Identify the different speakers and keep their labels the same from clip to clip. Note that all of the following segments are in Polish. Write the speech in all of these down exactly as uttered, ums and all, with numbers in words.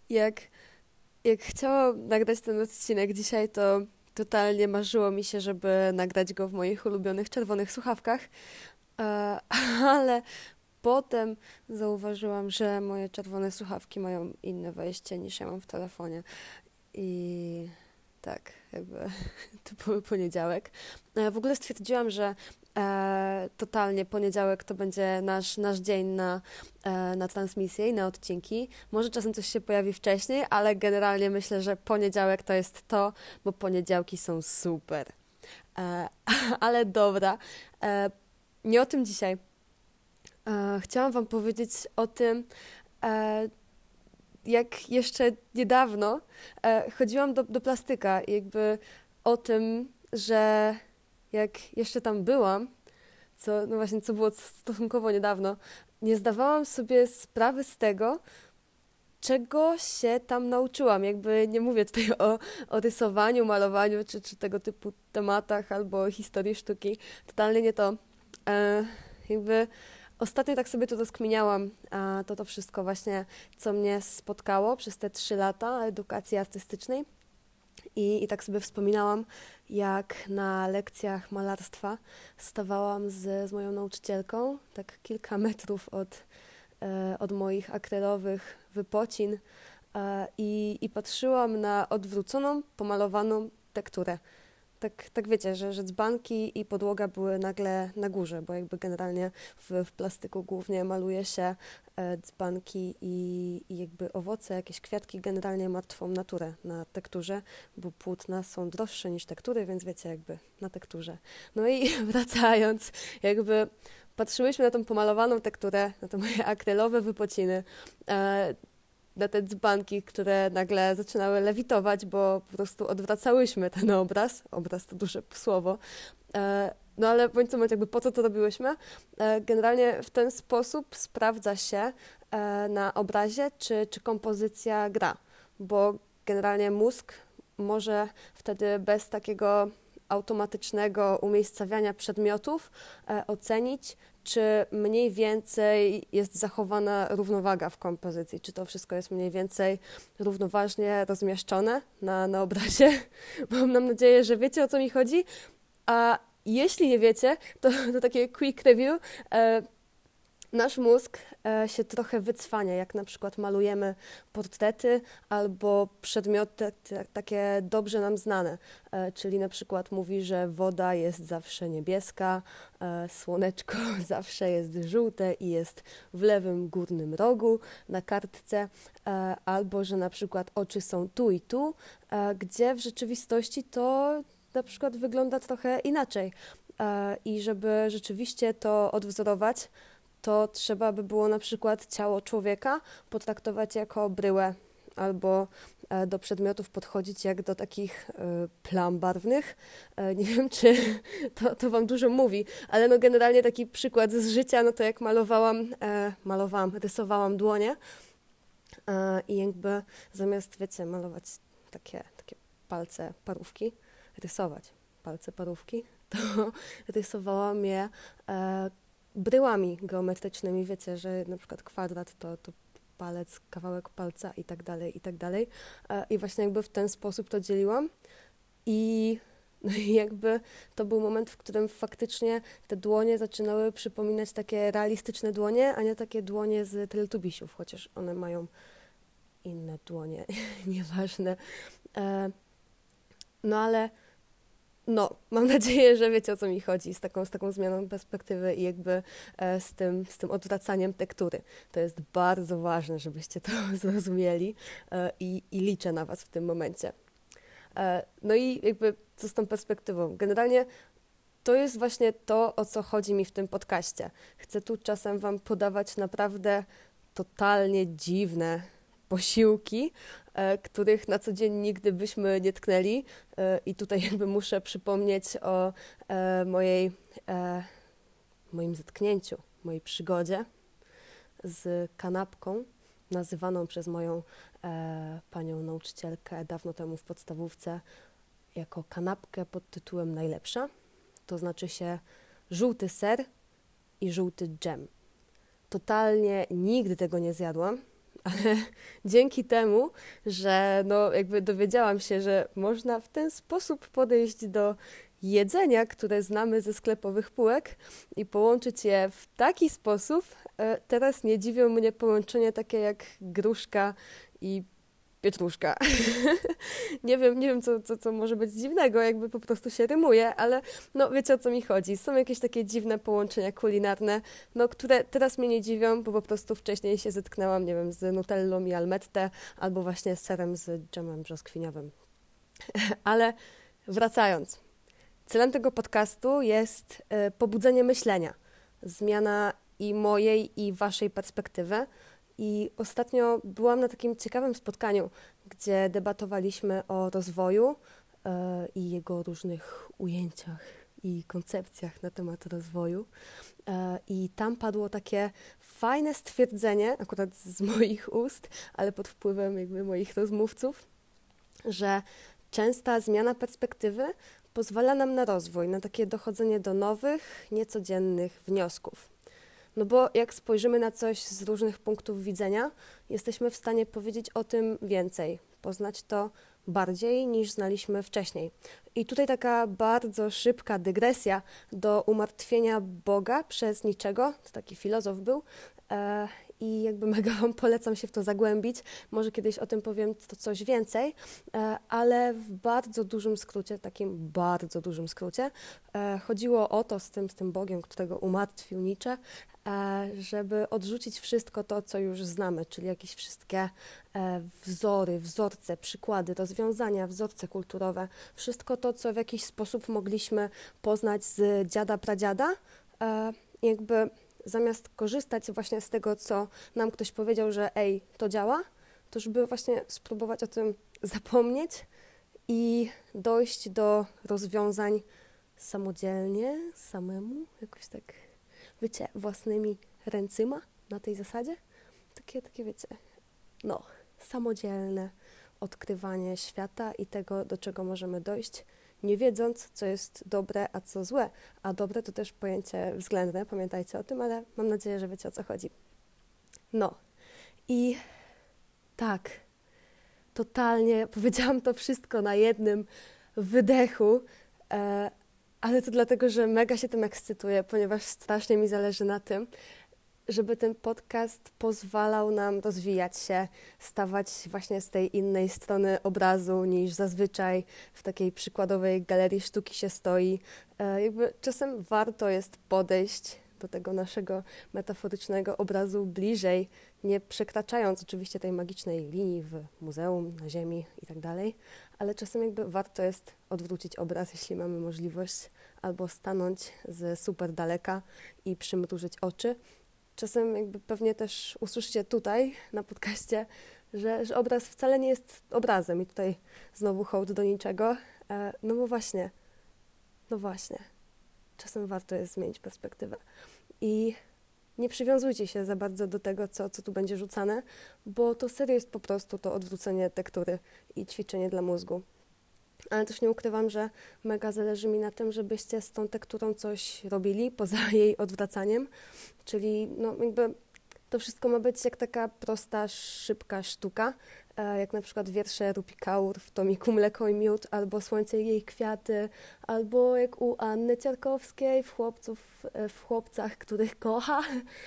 Speaker 1: Jak, jak chciałam nagrać ten odcinek dzisiaj, to totalnie marzyło mi się, żeby nagrać go w moich ulubionych czerwonych słuchawkach, e, ale potem zauważyłam, że moje czerwone słuchawki mają inne wejście niż ja mam w telefonie. I tak, jakby to był poniedziałek. E, W ogóle stwierdziłam, że e, totalnie poniedziałek to będzie nasz, nasz dzień na, e, na transmisję i na odcinki. Może czasem coś się pojawi wcześniej, ale generalnie myślę, że poniedziałek to jest to, bo poniedziałki są super. E, ale dobra, e, nie o tym dzisiaj. E, chciałam Wam powiedzieć o tym, e, jak jeszcze niedawno e, chodziłam do, do plastyka, i jakby o tym, że jak jeszcze tam byłam, co, no właśnie, co było stosunkowo niedawno, nie zdawałam sobie sprawy z tego, czego się tam nauczyłam. Jakby nie mówię tutaj o, o rysowaniu, malowaniu, czy, czy tego typu tematach, albo historii sztuki. Totalnie nie to. E, jakby ostatnio tak sobie to rozkminiałam, a to to wszystko właśnie, co mnie spotkało przez te trzy lata edukacji artystycznej. I, I tak sobie wspominałam, jak na lekcjach malarstwa stawałam z, z moją nauczycielką, tak kilka metrów od, e, od moich akrylowych wypocin e, i, i patrzyłam na odwróconą, pomalowaną tekturę. Tak, tak wiecie, że, że dzbanki i podłoga były nagle na górze, bo jakby generalnie w, w plastyku głównie maluje się e, dzbanki i, i jakby owoce, jakieś kwiatki, generalnie martwą naturę na tekturze, bo płótna są droższe niż tektury, więc wiecie, jakby na tekturze. No i wracając, jakby patrzyłyśmy na tą pomalowaną tekturę, na te moje akrylowe wypociny, e, na te dzbanki, które nagle zaczynały lewitować, bo po prostu odwracałyśmy ten obraz. Obraz to duże słowo. E, No ale bądź co bądź, jakby po co to robiłyśmy? E, Generalnie w ten sposób sprawdza się e, na obrazie, czy, czy kompozycja gra, bo generalnie mózg może wtedy bez takiego automatycznego umiejscawiania przedmiotów e, ocenić, czy mniej więcej jest zachowana równowaga w kompozycji, czy to wszystko jest mniej więcej równoważnie rozmieszczone na, na obrazie. Mam nam nadzieję, że wiecie, o co mi chodzi, a jeśli nie wiecie, to, to takie quick review. E, Nasz mózg e, się trochę wycwania, jak na przykład malujemy portrety albo przedmioty t- takie dobrze nam znane, e, czyli na przykład mówi, że woda jest zawsze niebieska, e, słoneczko zawsze jest żółte i jest w lewym górnym rogu na kartce, e, albo że na przykład oczy są tu i tu, e, gdzie w rzeczywistości to na przykład wygląda trochę inaczej. E, I żeby rzeczywiście to odwzorować, to trzeba by było na przykład ciało człowieka potraktować jako bryłę albo e, do przedmiotów podchodzić jak do takich e, plam barwnych. E, Nie wiem, czy to, to wam dużo mówi, ale no generalnie taki przykład z życia, no to jak malowałam, e, malowałam, rysowałam dłonie e, i jakby zamiast, wiecie, malować takie, takie palce, parówki, rysować palce, parówki, to rysowałam je e, bryłami geometrycznymi, wiecie, że na przykład kwadrat to, to palec, kawałek palca i tak dalej, i tak dalej. E, I właśnie jakby w ten sposób to dzieliłam i no i jakby to był moment, w którym faktycznie te dłonie zaczynały przypominać takie realistyczne dłonie, a nie takie dłonie z Teletubisiów, chociaż one mają inne dłonie, nieważne. E, No ale no, mam nadzieję, że wiecie, o co mi chodzi z taką, z taką zmianą perspektywy i jakby e, z tym, z tym odwracaniem tektury. To jest bardzo ważne, żebyście to zrozumieli e, i, i liczę na was w tym momencie. E, no i jakby co z tą perspektywą? Generalnie to jest właśnie to, o co chodzi mi w tym podcaście. Chcę tu czasem wam podawać naprawdę totalnie dziwne posiłki, e, których na co dzień nigdy byśmy nie tknęli. E, I tutaj jakby muszę przypomnieć o e, mojej, e, moim zetknięciu, mojej przygodzie z kanapką, nazywaną przez moją e, panią nauczycielkę dawno temu w podstawówce jako kanapkę pod tytułem najlepsza. To znaczy się żółty ser i żółty dżem. Totalnie nigdy tego nie zjadłam. ale dzięki temu, że no jakby dowiedziałam się, że można w ten sposób podejść do jedzenia, które znamy ze sklepowych półek i połączyć je w taki sposób, teraz nie dziwią mnie połączenia takie jak gruszka i pietruszka. nie wiem, nie wiem co, co, co może być dziwnego, jakby po prostu się rymuje, ale no wiecie o co mi chodzi. Są jakieś takie dziwne połączenia kulinarne, no które teraz mnie nie dziwią, bo po prostu wcześniej się zetknęłam, nie wiem, z nutellą i almette, albo właśnie z serem z dżemem brzoskwiniowym. ale wracając. Celem tego podcastu jest y, pobudzenie myślenia, zmiana i mojej, i waszej perspektywy. I ostatnio byłam na takim ciekawym spotkaniu, gdzie debatowaliśmy o rozwoju y, i jego różnych ujęciach i koncepcjach na temat rozwoju. Y, I tam padło takie fajne stwierdzenie, akurat z moich ust, ale pod wpływem jakby moich rozmówców, że częsta zmiana perspektywy pozwala nam na rozwój, na takie dochodzenie do nowych, niecodziennych wniosków. No bo jak spojrzymy na coś z różnych punktów widzenia, jesteśmy w stanie powiedzieć o tym więcej, poznać to bardziej niż znaliśmy wcześniej. I tutaj taka bardzo szybka dygresja do umartwienia Boga przez niczego, to taki filozof był, e, i jakby mega wam polecam się w to zagłębić. Może kiedyś o tym powiem to coś więcej, ale w bardzo dużym skrócie, takim bardzo dużym skrócie, chodziło o to z tym, z tym Bogiem, którego umartwił Nietzsche, żeby odrzucić wszystko to, co już znamy, czyli jakieś wszystkie wzory, wzorce, przykłady, rozwiązania, wzorce kulturowe, wszystko to, co w jakiś sposób mogliśmy poznać z dziada, pradziada, jakby zamiast korzystać właśnie z tego, co nam ktoś powiedział, że ej, to działa, to żeby właśnie spróbować o tym zapomnieć i dojść do rozwiązań samodzielnie, samemu, jakoś tak, wiecie, własnymi ręcyma na tej zasadzie. Takie, takie wiecie, no, samodzielne odkrywanie świata i tego, do czego możemy dojść, nie wiedząc, co jest dobre, a co złe. A dobre to też pojęcie względne, pamiętajcie o tym, ale mam nadzieję, że wiecie, o co chodzi. No i tak, totalnie powiedziałam to wszystko na jednym wydechu, e, ale to dlatego, że mega się tym ekscytuję, ponieważ strasznie mi zależy na tym, żeby ten podcast pozwalał nam rozwijać się, stawać właśnie z tej innej strony obrazu niż zazwyczaj w takiej przykładowej galerii sztuki się stoi. E, jakby czasem warto jest podejść do tego naszego metaforycznego obrazu bliżej, nie przekraczając oczywiście tej magicznej linii w muzeum, na ziemi i tak dalej, ale czasem jakby warto jest odwrócić obraz, jeśli mamy możliwość, albo stanąć z super daleka i przymrużyć oczy. Czasem jakby pewnie też usłyszycie tutaj na podcaście, że, że obraz wcale nie jest obrazem i tutaj znowu hołd do niczego. E, no bo właśnie, no właśnie, czasem warto jest zmienić perspektywę i nie przywiązujcie się za bardzo do tego, co, co tu będzie rzucane, bo to serio jest po prostu to odwrócenie tektury i ćwiczenie dla mózgu. Ale też nie ukrywam, że mega zależy mi na tym, żebyście z tą tekturą coś robili poza jej odwracaniem, czyli no jakby to wszystko ma być jak taka prosta, szybka sztuka, jak na przykład wiersze Rupi Kaur w tomiku Mleko i Miód, albo Słońce i jej kwiaty, albo jak u Anny Ciarkowskiej w, chłopców, w Chłopcach, których kocha.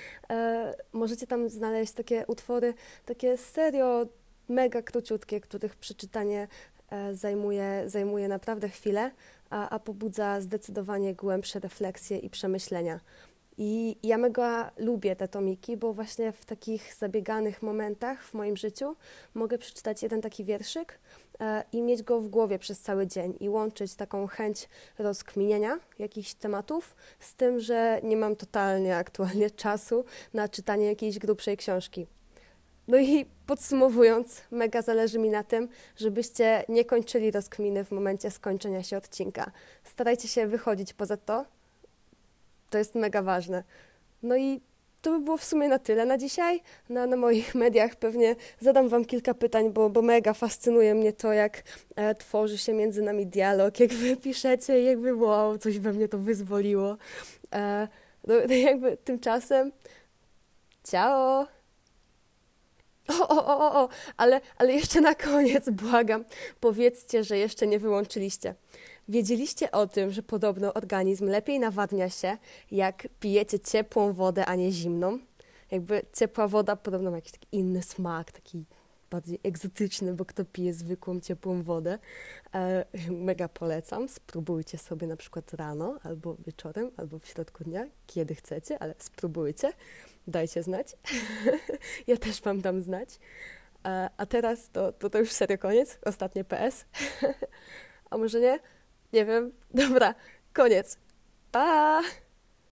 Speaker 1: Możecie tam znaleźć takie utwory, takie serio mega króciutkie, których przeczytanie Zajmuje, zajmuje naprawdę chwilę, a, a pobudza zdecydowanie głębsze refleksje i przemyślenia. I ja mega lubię te tomiki, bo właśnie w takich zabieganych momentach w moim życiu mogę przeczytać jeden taki wierszyk e, i mieć go w głowie przez cały dzień i łączyć taką chęć rozkminienia jakichś tematów z tym, że nie mam totalnie aktualnie czasu na czytanie jakiejś grubszej książki. No i podsumowując, mega zależy mi na tym, żebyście nie kończyli rozkminy w momencie skończenia się odcinka. Starajcie się wychodzić poza to. To jest mega ważne. No i to by było w sumie na tyle na dzisiaj. Na, na moich mediach pewnie zadam wam kilka pytań, bo, bo mega fascynuje mnie to, jak e, tworzy się między nami dialog, jak wy piszecie, jakby wow, coś we mnie to wyzwoliło. E, no, jakby tymczasem ciao! O, o, o, o, o, ale, ale jeszcze na koniec, błagam, powiedzcie, że jeszcze nie wyłączyliście. Wiedzieliście o tym, że podobno organizm lepiej nawadnia się, jak pijecie ciepłą wodę, a nie zimną? Jakby ciepła woda podobno ma jakiś taki inny smak, taki bardziej egzotyczny, bo kto pije zwykłą, ciepłą wodę. E, mega polecam. Spróbujcie sobie na przykład rano, albo wieczorem, albo w środku dnia, kiedy chcecie, ale spróbujcie. Dajcie znać. Ja też wam dam znać. E, a teraz to, to, to już serio koniec. Ostatnie P S. A może nie? Nie wiem. Dobra, koniec. Pa!